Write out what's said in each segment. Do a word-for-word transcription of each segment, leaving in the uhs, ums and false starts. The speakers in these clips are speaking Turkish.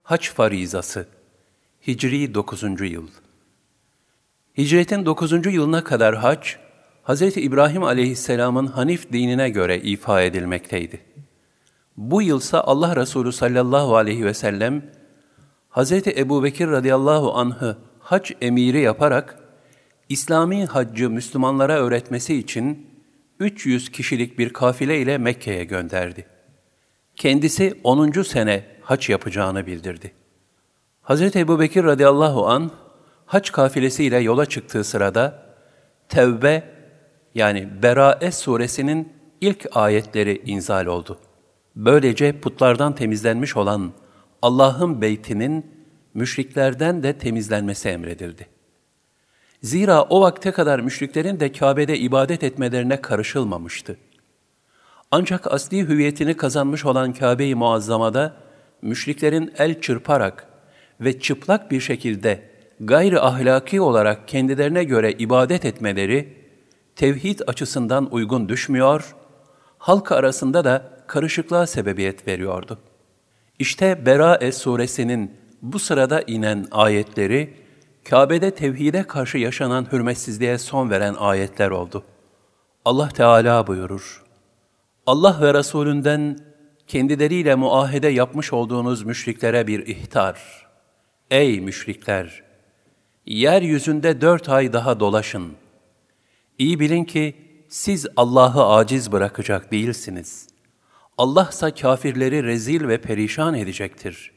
Hac farizası. Hicri dokuzuncu yıl. Hicretin dokuzuncu yılına kadar hac, Hz. İbrahim aleyhisselamın Hanif dinine göre ifa edilmekteydi. Bu yılsa Allah Resulü sallallahu aleyhi ve sellem, Hz. Ebubekir radıyallahu anh'ı hac emiri yaparak, İslami haccı Müslümanlara öğretmesi için üç yüz kişilik bir kafile ile Mekke'ye gönderdi. Kendisi onuncu sene hac yapacağını bildirdi. Hz. Ebubekir radıyallahu anh, hac kafilesiyle yola çıktığı sırada, Tevbe yani Berae suresinin ilk ayetleri inzal oldu. Böylece putlardan temizlenmiş olan Allah'ın beytinin müşriklerden de temizlenmesi emredildi. Zira o vakte kadar müşriklerin de Kabe'de ibadet etmelerine karışılmamıştı. Ancak asli hüviyetini kazanmış olan Kabe-i Muazzama'da müşriklerin el çırparak ve çıplak bir şekilde gayri ahlaki olarak kendilerine göre ibadet etmeleri tevhid açısından uygun düşmüyor, halk arasında da karışıklığa sebebiyet veriyordu. İşte Berae suresinin bu sırada inen ayetleri, Kabe'de tevhide karşı yaşanan hürmetsizliğe son veren ayetler oldu. Allah Teala buyurur, Allah ve Resulünden kendileriyle muahede yapmış olduğunuz müşriklere bir ihtar. Ey müşrikler! Yeryüzünde dört ay daha dolaşın. İyi bilin ki siz Allah'ı aciz bırakacak değilsiniz. Allah ise kafirleri rezil ve perişan edecektir.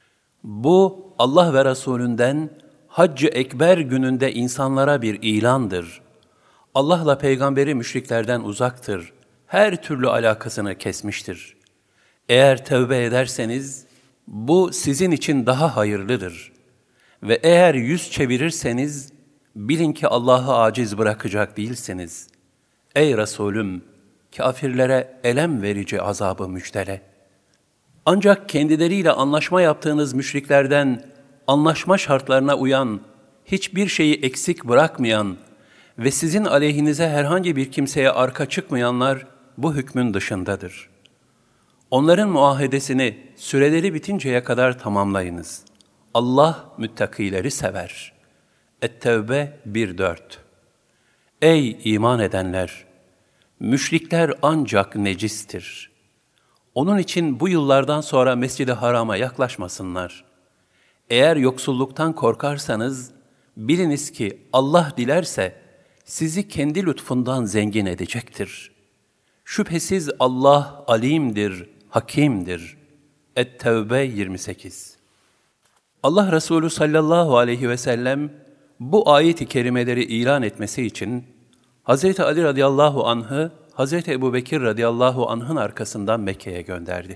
Bu Allah ve Resulünden Hac-ı Ekber gününde insanlara bir ilandır. Allah'la peygamberi müşriklerden uzaktır. Her türlü alakasını kesmiştir. Eğer tövbe ederseniz bu sizin için daha hayırlıdır. Ve eğer yüz çevirirseniz bilin ki Allah'ı aciz bırakacak değilsiniz. Ey Resulüm, kafirlere elem verici azabı müjdele. Ancak kendileriyle anlaşma yaptığınız müşriklerden anlaşma şartlarına uyan, hiçbir şeyi eksik bırakmayan ve sizin aleyhinize herhangi bir kimseye arka çıkmayanlar bu hükmün dışındadır. Onların muahedesini süreleri bitinceye kadar tamamlayınız. Allah müttakileri sever. Et-Tevbe bir dört. Ey iman edenler! Müşrikler ancak necistir. Onun için bu yıllardan sonra Mescid-i Haram'a yaklaşmasınlar. Eğer yoksulluktan korkarsanız, biliniz ki Allah dilerse sizi kendi lütfundan zengin edecektir. Şüphesiz Allah alimdir, hakimdir. Et-Tevbe yirmi sekiz. Allah Resulü sallallahu aleyhi ve sellem bu ayet-i kerimeleri ilan etmesi için Hz. Ali radıyallahu anh'ı Hz. Ebubekir radıyallahu anh'ın arkasından Mekke'ye gönderdi.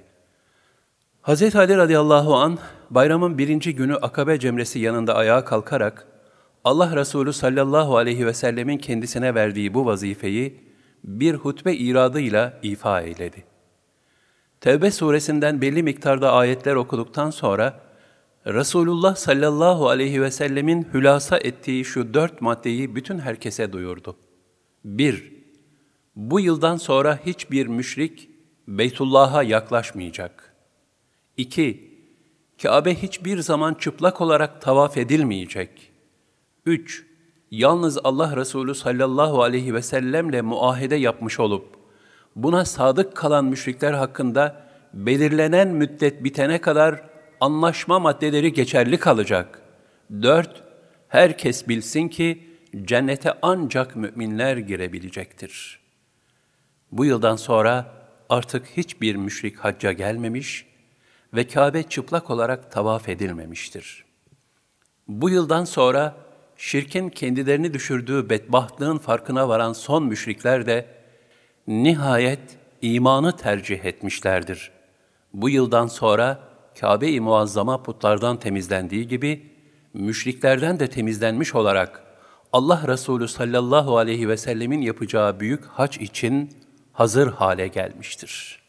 Hz. Ali radıyallahu anh bayramın birinci günü Akabe cemresi yanında ayağa kalkarak Allah Resulü sallallahu aleyhi ve sellemin kendisine verdiği bu vazifeyi bir hutbe iradıyla ifa eyledi. Tevbe suresinden belli miktarda ayetler okuduktan sonra Resulullah sallallahu aleyhi ve sellemin hülasa ettiği şu dört maddeyi bütün herkese duyurdu. bir. Bu yıldan sonra hiçbir müşrik Beytullah'a yaklaşmayacak. iki. Kabe hiçbir zaman çıplak olarak tavaf edilmeyecek. üç. Yalnız Allah Resulü sallallahu aleyhi ve sellemle muahede yapmış olup, buna sadık kalan müşrikler hakkında belirlenen müddet bitene kadar anlaşma maddeleri geçerli kalacak. dört. Herkes bilsin ki cennete ancak müminler girebilecektir. Bu yıldan sonra artık hiçbir müşrik hacca gelmemiş ve Kabe çıplak olarak tavaf edilmemiştir. Bu yıldan sonra şirkin kendilerini düşürdüğü bedbahtlığın farkına varan son müşrikler de nihayet imanı tercih etmişlerdir. Bu yıldan sonra Kabe-i Muazzama putlardan temizlendiği gibi müşriklerden de temizlenmiş olarak Allah Resulü sallallahu aleyhi ve sellemin yapacağı büyük hac için hazır hale gelmiştir.